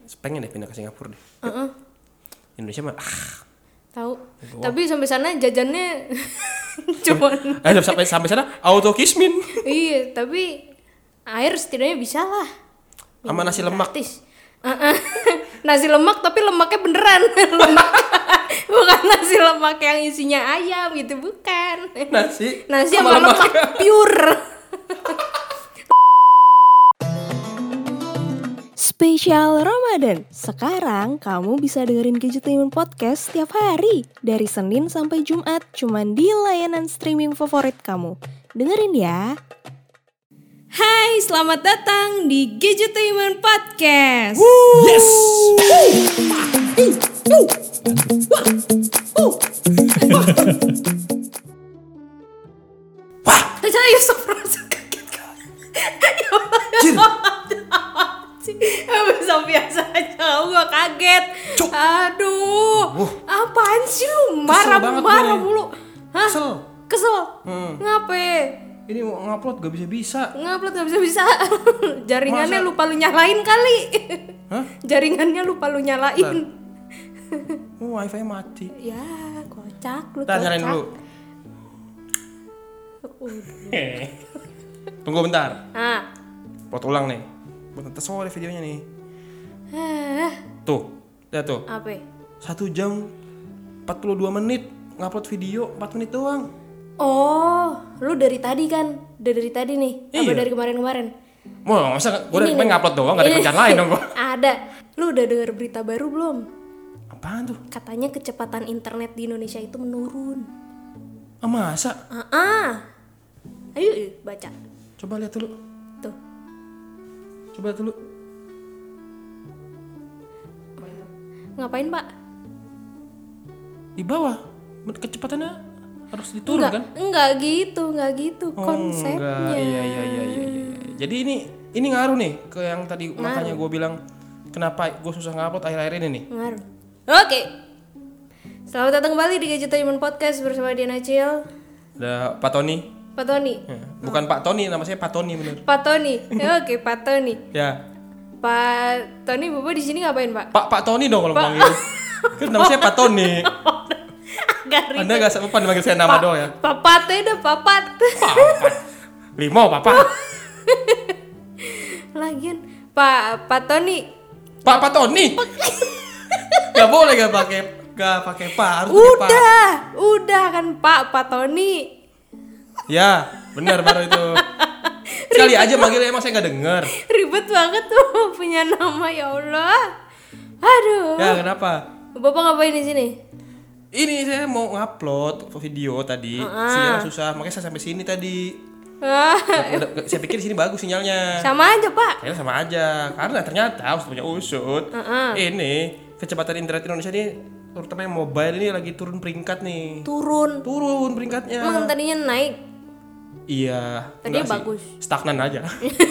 pengen deh pindah ke Singapura deh. Indonesia mah tahu. Tapi sampai sana jajannya cuman sampai sana auto kismin. Iya, tapi air setidaknya bisa lah. Sama nasi lemak. Nasi lemak tapi lemaknya beneran. Lemak. Bukan nasi lemak yang isinya ayam gitu, bukan. Nasi sama lemak pure. Spesial Ramadan. Sekarang kamu bisa dengerin Gadgetainment Podcast setiap hari dari Senin sampai Jumat cuman di layanan streaming favorit kamu. Dengerin ya. Hai, selamat datang di Gadgetainment Podcast. Woo! Yes. Wah, saya merasa kaget. Bisa biasa aja, aku gak kaget. Aduh, apaan sih lu marah mulu? Hah? Kesel? Ngapain? Ini mau ngupload gak bisa. Ngupload gak bisa. Jaringannya lupa lu nyalain kali. Hah? Jaringannya lupa lu nyalain. Wifi mati. Ya, kocak lu. Nyalain dulu. Tunggu bentar. Plot ulang nih. Buat sore videonya nih. Tuh, lihat tuh. Apa? 1 jam 42 menit ngupload video 4 menit doang. Oh, lu dari tadi kan? Udah dari tadi nih? Iya. Apa dari kemarin-kemarin? Wah, masa gue dari kemarin ngupload doang, gak ada kerjaan lain dong gue. Ada. Lu udah denger berita baru belum? Apaan tuh? Katanya kecepatan internet di Indonesia itu menurun. Masa? Ayo baca. Coba lihat dulu. Tuh. Coba dulu. Ngapain, Pak? Di bawah. Kecepatannya harus diturun kan? Enggak gitu konsepnya. Iya. Jadi ini ngaruh nih ke yang tadi makanya gue bilang kenapa gue susah ngupload akhir-akhir ini nih. Ngaruh. Oke. Selamat datang kembali di Gadgetainment Podcast bersama Diana Cil. Ada Pak Tony. Pak Tony. Bukan Pak Tony, nama saya Pak Tony bener. Pak Tony. Oke, Pak Tony. Ya. Pak Tony, Bapak di sini ngapain, Pak? Pak Tony dong kalau panggil. Kan nama saya Pak Tony. Anda gak sempat dipanggil saya nama doang ya? Papat ya udah papat. Limo papa. Lagian Pak Tony. Pak Tony. Gak boleh gak pakai Pak, harus pakai Pak. Udah kan Pak Tony. Ya, benar baru itu. Sekali aja manggilnya emang saya gak denger. Ribet banget tuh punya nama, ya Allah. Aduh. Ya kenapa? Bapak ngapain di sini? Ini saya mau ngupload video tadi, sinyal susah, makanya saya sampai sini tadi. Saya pikir di sini bagus sinyalnya. Sama aja, Pak. Kayaknya sama aja, karena ternyata harus punya usut. Ini kecepatan internet Indonesia ini, terutama yang mobile ini lagi turun peringkat nih. Turun peringkatnya. Emang tadinya naik? Iya. Tadinya bagus. Stagnan aja.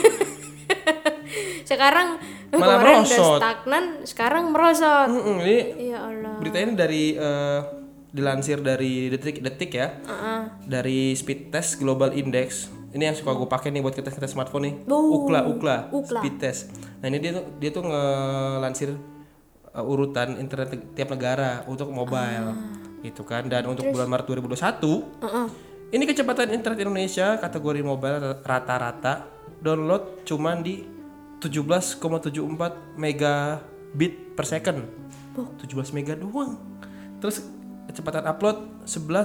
Sekarang malah kemarin merosot. udah stagnan, sekarang merosot. Ini Ya Allah. berita ini dari dilansir dari detik ya. Dari Speed Test Global Index. Ini yang suka gue pakai nih buat kita smartphone nih. Ukla. Speed Test. Nah ini dia tuh ngelansir urutan internet tiap negara untuk mobile, gitu kan. Dan untuk bulan Maret 2021, ini kecepatan internet Indonesia kategori mobile rata-rata download cuman di 17,74 megabit per second. 17 mega doang. Terus kecepatan upload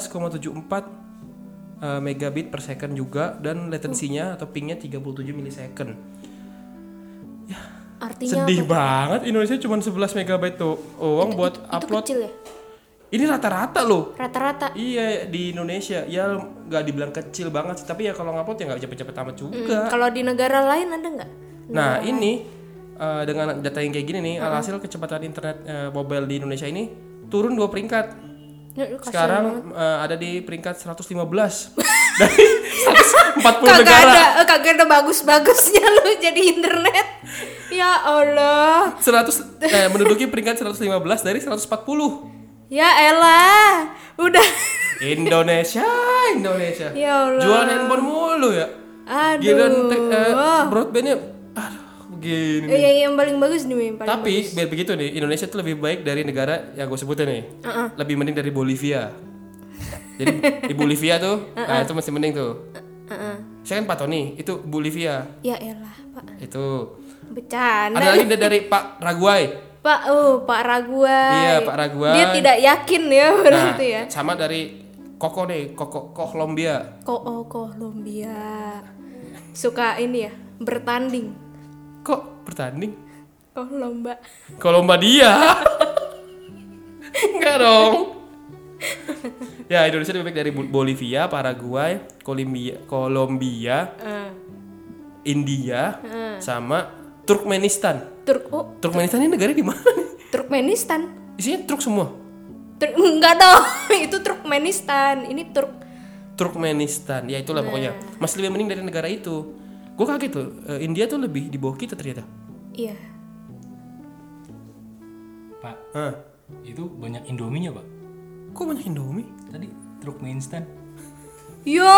11,74 megabit per second juga, dan latensinya atau pingnya 37 milisecond. Ya, artinya sedih apa? banget Indonesia cuma 11 megabyte tuh buat upload. Itu kecil ya? Ini rata-rata loh. Rata-rata. Iya, di Indonesia. Ya nggak dibilang kecil banget sih, tapi ya kalau ngupload ya nggak cepet-cepet amat juga. Kalau di negara lain ada nggak? Nah ini dengan data yang kayak gini nih, alhasil kecepatan internet mobile di Indonesia ini turun 2 peringkat. Sekarang ada di peringkat 115 dari 140 negara. Kagak ada bagus-bagusnya lu jadi internet. Ya Allah. Menduduki peringkat 115 dari 140. Ya elah, udah. Indonesia. Ya Allah. Jualan handphone mulu ya. Aduh. Giliran broadbandnya gini. Yang paling bagus nih, yang paling Tapi bagus. biar begitu nih, Indonesia tuh lebih baik dari negara yang gue sebutin nih. Lebih mending dari Bolivia. Jadi di Bolivia tuh, nah itu masih mending tuh. Saya kan Pak Tony, itu Bolivia. Ya elah, Pak. Itu. Bercanda. Ada lagi dari Pak Raguay. Pak Raguay. Iya, Pak Raguay. Dia tidak yakin ya berarti ya. Sama dari Koko nih, Kolombia. Kolombia. Suka ini ya, bertanding. Kok bertanding? Lomba dia. Enggak dong. Ya, Indonesia lebih baik dari Bolivia, Paraguay, Kolombia, India, sama Turkmenistan. Turkmenistan ini negara di mana nih? Turkmenistan. Isinya Turk semua. Enggak dong, itu Turkmenistan. Ini Turkmenistan. Ya itulah pokoknya. Masih lebih mending dari negara itu. Gue kaget tuh, India tuh lebih di bawah kita ternyata. Iya. Pak, itu banyak Indominya, Pak. Kok banyak Indomie? Tadi Turkmenistan. Ya,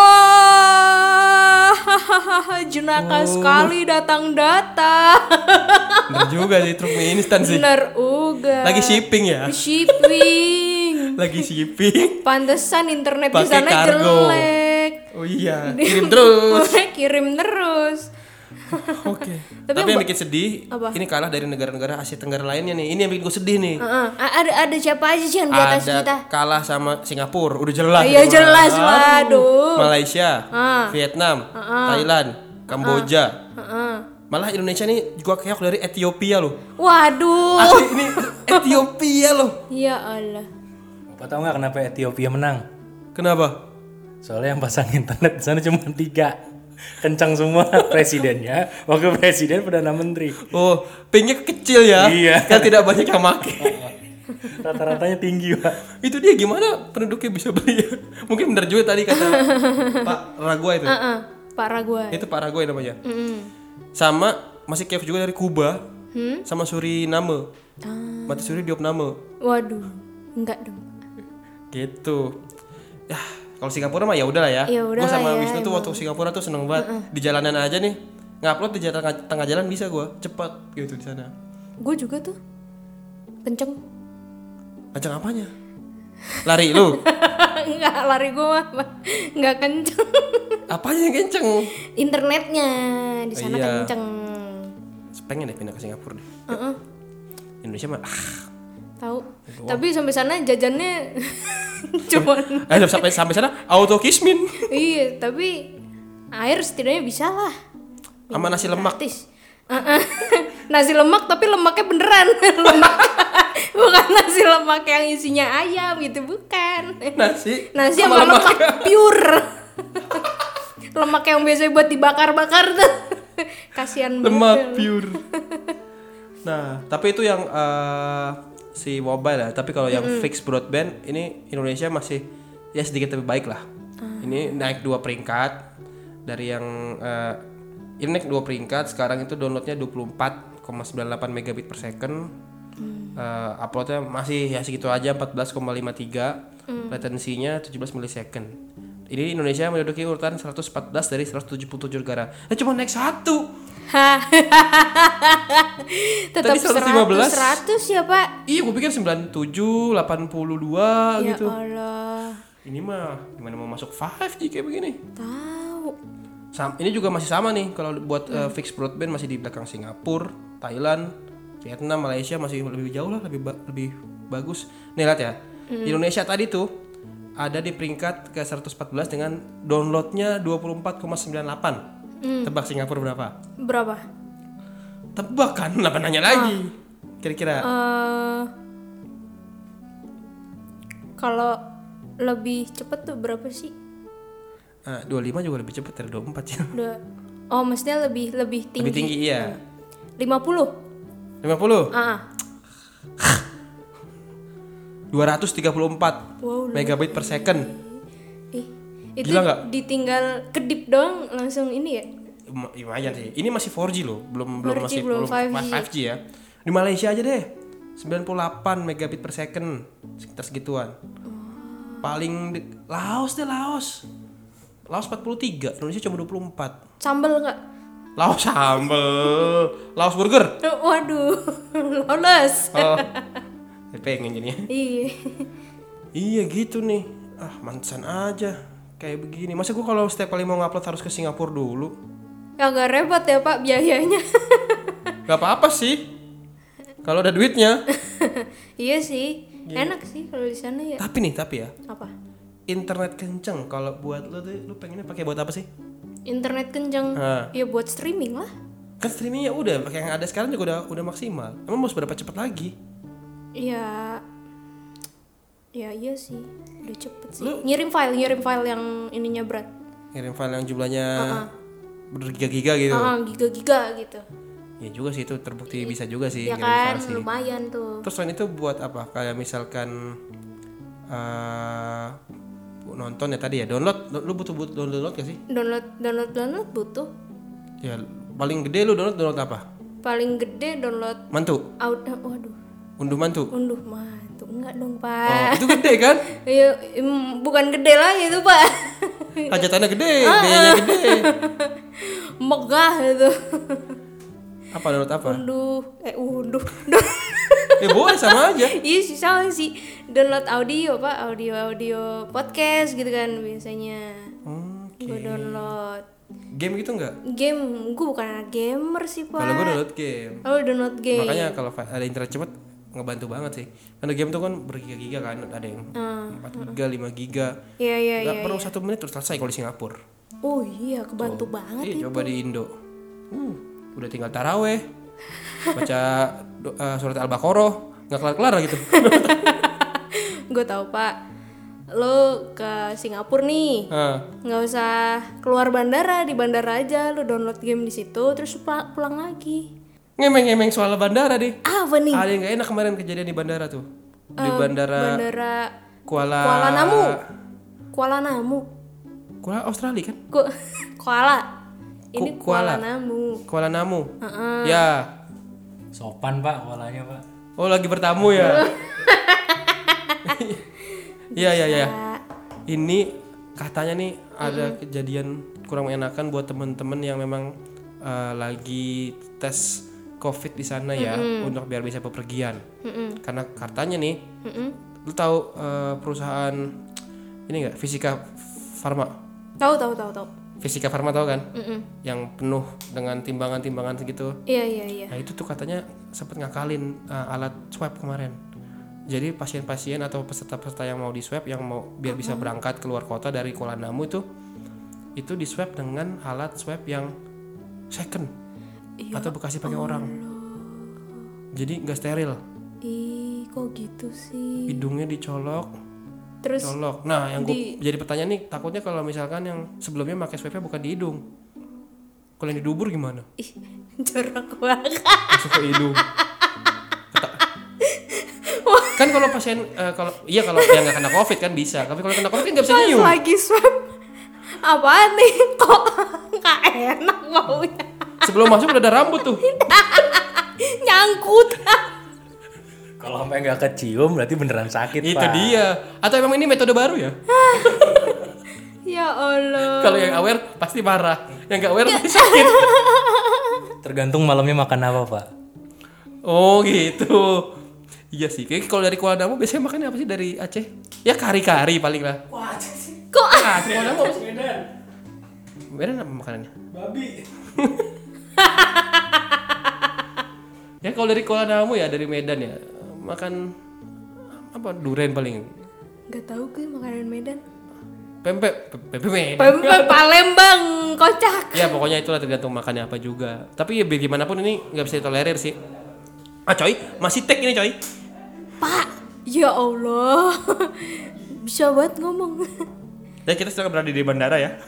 jenaka sekali datang-datang. Bener juga sih Turkmenistan sih. Bener uga. Lagi shipping ya? Shipping. Lagi shipping. Pantesan internet di Pakai sana kargo. jelek. Oh iya, kirim terus. Kirim terus. Oke. Tapi Tapi yang bikin sedih, apa? ini kalah dari negara-negara Asia Tenggara lainnya nih. Ini yang bikin gue sedih nih. Ada siapa aja sih yang di atas Ada kita? kalah sama Singapura, udah jelas. Iya, itu mah. jelas, waduh. Malaysia, Vietnam, Thailand, Kamboja. Malah Indonesia nih juga keok dari Ethiopia loh. Waduh. Asli ini Ethiopia loh. Ya Allah. Bapak tahu nggak kenapa Ethiopia menang? Kenapa? Soalnya yang pasang internet di sana cuma 3. Kencang semua presidennya, wakil presiden, perdana menteri. Oh, pingnya kecil ya. Iya. Kan tidak banyak yang make. Rata-ratanya tinggi, Pak. Itu dia gimana penduduknya bisa beli ya? Mungkin benar juga tadi kata Pak Raguay itu. Pak Raguay. Itu Pak Raguay namanya. Sama masih keok juga dari Kuba. Sama Suriname. Mati Suri Diopname. Waduh. Enggak dong. Gitu. Ya, kalau Singapura mah ya udahlah ya. Ya udahlah Gue sama ya, Wisnu tuh waktu Singapura tuh seneng banget. Di jalanan aja nih. Ngupload di tengah jalan bisa gue. Cepat gitu di sana. Gue juga tuh. Kenceng. Kenceng apanya? Lari lu. Enggak, lari gue mah enggak kenceng. Apanya yang kenceng? Internetnya di sana Iya. kenceng. Pengen deh pindah ke Singapura deh. Indonesia mah Tahu. Tapi sampai sana jajannya cuman sampai sana auto kismin iya, tapi air setidaknya bisa lah. sama nasi lemak. Gratis. Nasi lemak tapi lemaknya beneran. Lemak. Bukan nasi lemak yang isinya ayam gitu, bukan. Nasi Sama lemak pure. Lemak yang biasa buat dibakar-bakar tuh. Kasihan lemak banget. pure. Nah, tapi itu yang si mobile ya. Tapi kalau yang fixed broadband ini Indonesia masih ya sedikit lebih baik lah. Ini naik 2 peringkat dari yang ini naik 2 peringkat. Sekarang itu downloadnya 24,98 megabit per second. Uploadnya masih ya segitu aja 14,53. Latensinya 17 milisecond. Ini Indonesia menduduki urutan 114 dari 177 negara. Cuma naik 1. Tetap Tadi 115. 100 ya, Pak. Iya, gue pikir 97, 82 Ya gitu. Allah. Ini mah gimana mau masuk 5G kayak begini? Tahu. Ini juga masih sama nih kalau buat fixed broadband masih di belakang Singapura, Thailand, Vietnam, Malaysia masih lebih jauh lah, lebih bagus. Nih lihat ya. Indonesia tadi tuh ada di peringkat ke 114 dengan downloadnya 24,98. Tebak Singapura berapa? Berapa? Tebak kan, kenapa nanya lagi? Kira-kira Kalau lebih cepet tuh berapa sih? 25 juga lebih cepat dari 24 ya. Oh, maksudnya lebih tinggi. Lebih tinggi iya. 50. 50. 234 Wow, megabit per second. Itu Gila nggak? ditinggal kedip doang langsung ini ya? Lumayan sih. Ini masih 4G loh, belum 4G, belum 5G. ya. Di Malaysia aja deh. 98 megabit per second, sekitar segituan. Laos deh, Laos 43, Indonesia cuma 24. Sambel nggak? Laos sambel, Laos burger. Waduh, lolos. Oh, pengen jadinya. Iya. Iya gitu nih. Mantesan aja kayak begini. Masa gue kalau setiap kali mau ngupload harus ke Singapura dulu? Ya agak repot ya Pak biayanya. Gak apa-apa sih. Kalau ada duitnya. Iya sih. Enak sih kalau di sana ya. Tapi ya. Apa? Internet kenceng kalau buat lo tuh, lu pengennya pakai buat apa sih? Internet kenceng. Ya buat streaming lah. Kan streamingnya udah, pakai yang ada sekarang juga udah maksimal. Emang mau seberapa cepat lagi? Ya iya sih. Udah cepet sih. Ngirim file yang ininya berat. Ngirim file yang jumlahnya bergiga-giga gitu. Giga-giga gitu. Ya juga sih itu terbukti bisa juga sih. Ya kan, lumayan tuh. Terus selain itu buat apa? Kayak misalkan nonton ya tadi ya, download. Lu butuh download gak sih? Download butuh. Ya paling gede lu download apa? Paling gede download mantu. Waduh. Unduh mantu. Enggak dong Pak. Oh, itu gede kan? Iya, bukan gede lah itu Pak. Hajatannya gede, biayanya gede. Megah itu. Apa download apa? Unduh. Ya boleh sama aja. Iya sih sama sih. Download audio Pak, audio podcast gitu kan biasanya. Gue download. Game gitu nggak? Game, gue bukan anak gamer sih Pak. Kalau gue download game. Oh download game. Makanya kalau ada internet cepat ngebantu banget sih. Karena game tuh kan bergiga-giga kan, ada yang 4 giga, 5 giga. Iya. Gak perlu 1 menit terus selesai kalau di Singapura. Oh iya, kebantu banget itu. Coba di Indo. Udah tinggal taraweh, baca surat Al-Baqarah, nggak kelar-kelar gitu. Gue tahu Pak, lo ke Singapura nih, nggak usah keluar bandara, di bandara aja lo download game di situ, terus pulang lagi. Ngemeng-ngemeng soal bandara deh. Apa nih? Ada yang gak enak kemarin kejadian di bandara tuh. Di bandara Kuala Namu. Kuala Australia kan? Kuala. Ini Kuala Namu. Ya. Sopan Pak kualanya Pak. Oh lagi bertamu ya. Iya. Ini katanya nih ada kejadian kurang mengenakan buat teman-teman yang memang lagi tes COVID di sana ya, untuk biar bisa bepergian. Karena katanya nih, lu tahu perusahaan ini nggak? Fisika Farma. Tahu. Fisika Farma tahu kan? Yang penuh dengan timbangan-timbangan segitu. Iya. Nah itu tuh katanya sempat ngakalin alat swab kemarin. Jadi pasien-pasien atau peserta-peserta yang mau di swab, yang mau biar bisa berangkat keluar kota dari Kuala Namu itu di swab dengan alat swab yang second. Atau bekas pakai orang. Jadi nggak steril. Ih, kok gitu sih? Hidungnya dicolok. Terus colok. Nah, yang gue jadi pertanyaan nih, takutnya kalau misalkan yang sebelumnya pakai swabnya bukan di hidung. Kalau yang di dubur gimana? Ih, jorok banget. Masuk ke hidung. Kan kalau pasien kalau yang nggak kena COVID kan bisa, tapi kalau kena COVID kan nggak bisa nyium. Lagi swab. Apaan nih? Kok nggak enak baunya? Sebelum masuk udah ada rambut tuh. Nyangkut. Kalau sampai nggak kecium berarti beneran sakit Pak. Itu dia. Atau emang ini metode baru ya? Ya Allah. Kalau yang aware pasti marah, yang nggak aware pasti sakit. Tergantung malamnya makan apa Pak. Oh gitu. Iya sih. Kayak kalau dari Kuala Namu biasanya makannya apa sih dari Aceh? Ya kari-kari paling lah. Wah, kok Kuala Namu apa sih? Medan apa makanannya? Babi. Ya kalau dari Kuala Namu ya, dari Medan ya, makan apa? Duren paling. Gak tahu gue makanan Medan. Pempek Medan. Pempek Palembang, kocak. Ya pokoknya itulah, tergantung makannya apa juga. Tapi ya bagaimanapun ini nggak bisa ditolerir sih. Coy, masih tag ini coy. Pak, ya Allah. Bisa banget ngomong. Ya kita sedang berada di bandara ya.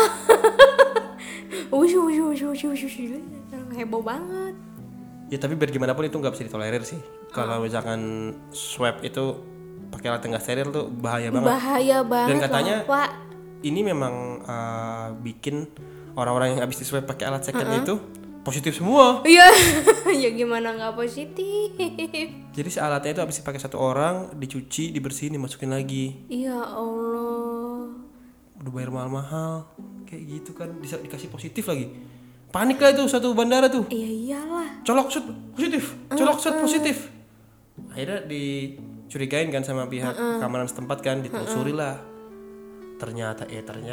Heboh banget. Ya tapi biar gimana pun itu nggak bisa ditolerir sih. Kalau misalkan swab itu pakai alat yang nggak steril tuh bahaya banget. Bahaya banget. Dan katanya loh, Pak, ini memang bikin orang-orang yang habis di swab pakai alat second itu positif semua. Iya. Ya gimana nggak positif? Jadi si alatnya itu habis dipakai satu orang, dicuci, dibersihin, dimasukin lagi. Ya Allah. Udah bayar mahal-mahal kayak gitu kan, dikasih positif lagi. Panik lah itu satu bandara tuh. Iya iyalah. Colok shot positif, colok shot positif. Akhirnya dicurigain kan sama pihak keamanan setempat kan, ditelusuri lah. Ternyata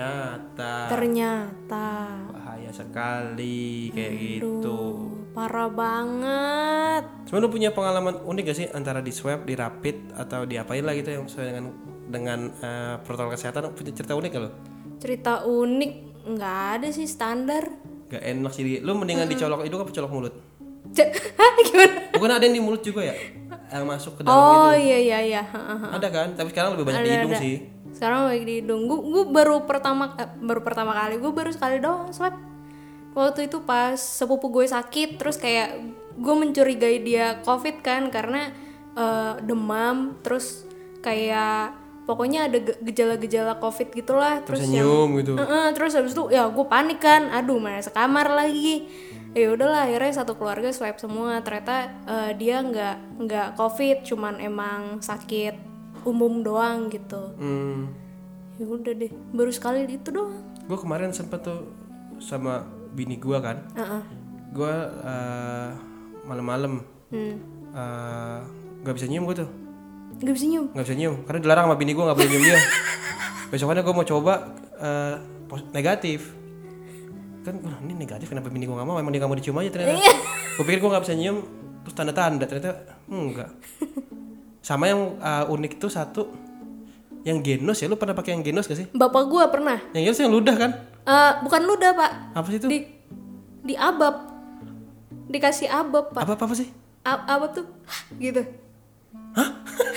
bahaya sekali kayak gitu. Parah banget. Cuma lu punya pengalaman unik gak sih antara di swab, di rapid atau diapain lah gitu yang sesuai dengan protokol kesehatan? Punya cerita unik gak lo? Cerita unik nggak ada sih, standar. Gak enak sih. Lu mendingan dicolok itu kan colok mulut. Hah, gimana? Bukan ada yang di mulut juga ya? Yang masuk ke dalam Oh gitu. iya. Ada kan? Tapi sekarang lebih banyak di hidung sih. Sekarang lagi di hidung. Gue baru pertama kali. Gue baru sekali doang swab. Waktu itu pas sepupu gue sakit, terus kayak gue mencurigai dia COVID kan, karena demam, terus kayak pokoknya ada gejala-gejala COVID gitulah. Terus senyum gitu. Terus habis itu ya gue panik kan, aduh mana sekamar lagi. Ya udahlah, akhirnya satu keluarga swab semua. Ternyata dia nggak COVID, cuman emang sakit umum doang gitu. Ya udah deh, baru sekali itu doang. Gue kemarin sempet tuh sama bini gue kan. Gue malam-malam nggak bisa nyium gue tuh. Gak bisa nyium Karena dilarang sama bini gue, nggak boleh nyium dia. Besokannya gue mau coba negatif. Kan ini negatif, kenapa bini gue nggak mau? Emang dia nggak mau dicium aja ternyata. Gue pikir gue nggak bisa nyium, terus tanda-tanda ternyata enggak. Sama yang unik tuh satu, yang genos ya. Lu pernah pakai yang genos gak sih? Bapak gue pernah. Yang genos yang ludah kan? Bukan ludah pak. Apa sih itu? Di abab, dikasih abab pak. Apa sih? Abab tuh gitu. Hah?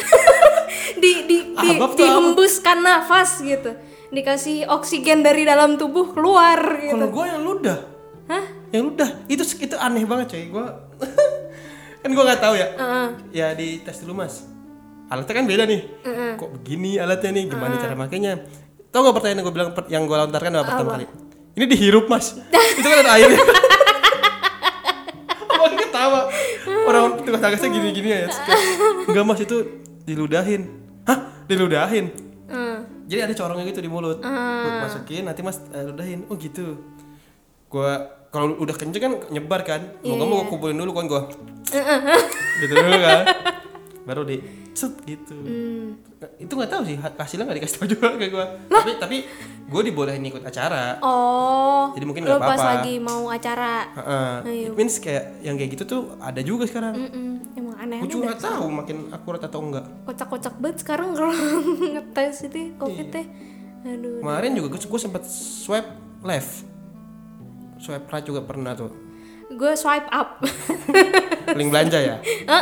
Dihembuskan nafas gitu, dikasih oksigen dari dalam tubuh keluar gitu. Kalau gue yang ludah. Hah? Yang ludah itu aneh banget coy. Gue kan gue nggak tahu ya. Ya di tes dulu mas. Alatnya kan beda nih. Kok begini alatnya nih? Gimana cara makainya? Tahu nggak pertanyaan yang gue bilang, yang gue lontarkan pertama kali? Ini dihirup mas. Itu kan ada airnya. Abang ketawa. Orang tugas tugasnya gini-gini ya. Enggak mas, itu diludahin. Hah? Diludahin? Jadi ada corongnya gitu di mulut. Gue masukin, nanti mas ludahin. Oh gitu. Gue kalau udah kenceng kan nyebar kan. Mau gue kumpulin dulu kan gue. Gitu dulu kan. Baru di set gitu. Itu nggak tahu sih hasilnya, nggak dikasih tahu juga kayak gue. Tapi gue dibolehin ikut acara. Oh. Jadi mungkin nggak apa-apa. Pas lagi mau acara. It means kayak yang kayak gitu tuh ada juga sekarang. Emang aneh. Gue juga nggak tahu makin akurat atau enggak. Kocak-kocak banget sekarang kalau ngetes itu COVID teh. Aduh. Kemarin juga gue sempat swipe left, swipe right juga pernah tuh. Gue swipe up. Link belanja ya.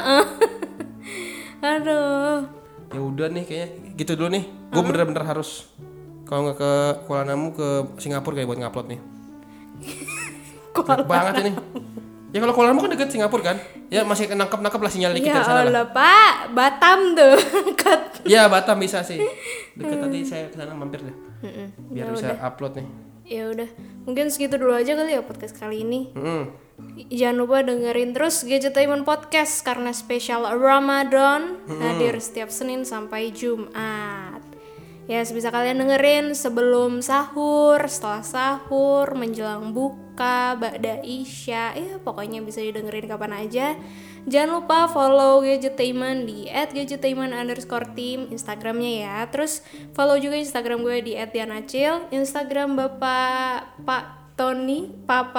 Aduh. Ya udah nih kayaknya gitu dulu nih. Gue bener-bener harus kalau nggak ke Kuala Namu ke Singapura kayak buat ngupload nih. Deket banget ini. Ya kalau Kuala Namu kan deket Singapura kan. Ya masih nangkep lah sinyal dikit dari sana lah. Ya Allah pak, Batam tuh. Ya Batam bisa sih. Deket, nanti saya kesana mampir deh. Biar ya bisa upload nih. Ya udah, mungkin segitu dulu aja kali ya podcast kali ini. Jangan lupa dengerin terus Gadgetainment Podcast karena spesial Ramadan hadir setiap Senin sampai Jumat. Ya sebisa kalian dengerin sebelum sahur, setelah sahur, menjelang buka, ba'da isya. Ya pokoknya bisa didengerin kapan aja. Jangan lupa follow Gadgetainment di @gadgetainment_team Instagramnya ya. Terus follow juga Instagram gue di @dianacil, Instagram Bapak Pak Tony.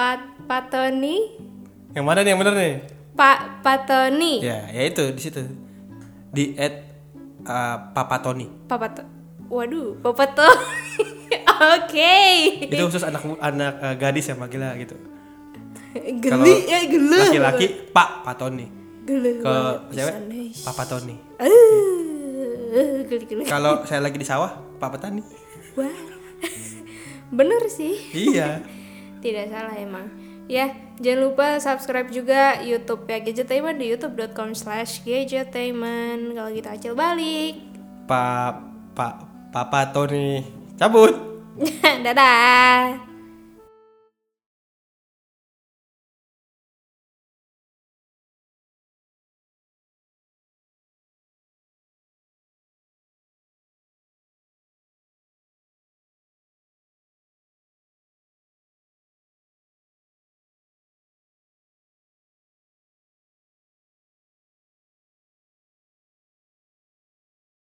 Yang mana nih yang bener nih? Pak Tony. Ya itu di situ. Di Papa Tony. Waduh, Papa Tony. Oke. Itu khusus anak gadis yang manggilnya gitu. Geli. Laki-laki Pak Tony. Geli. Kalau cewek Papa Tony. Geli. Kalau saya lagi di sawah Papa Tani. Wah. Bener sih. Iya. Tidak salah emang. Ya, jangan lupa subscribe juga YouTube ya Gadgetainment di youtube.com/gadgetainment. Kalau gitu Acil balik. Papa Tony cabut. Dadah.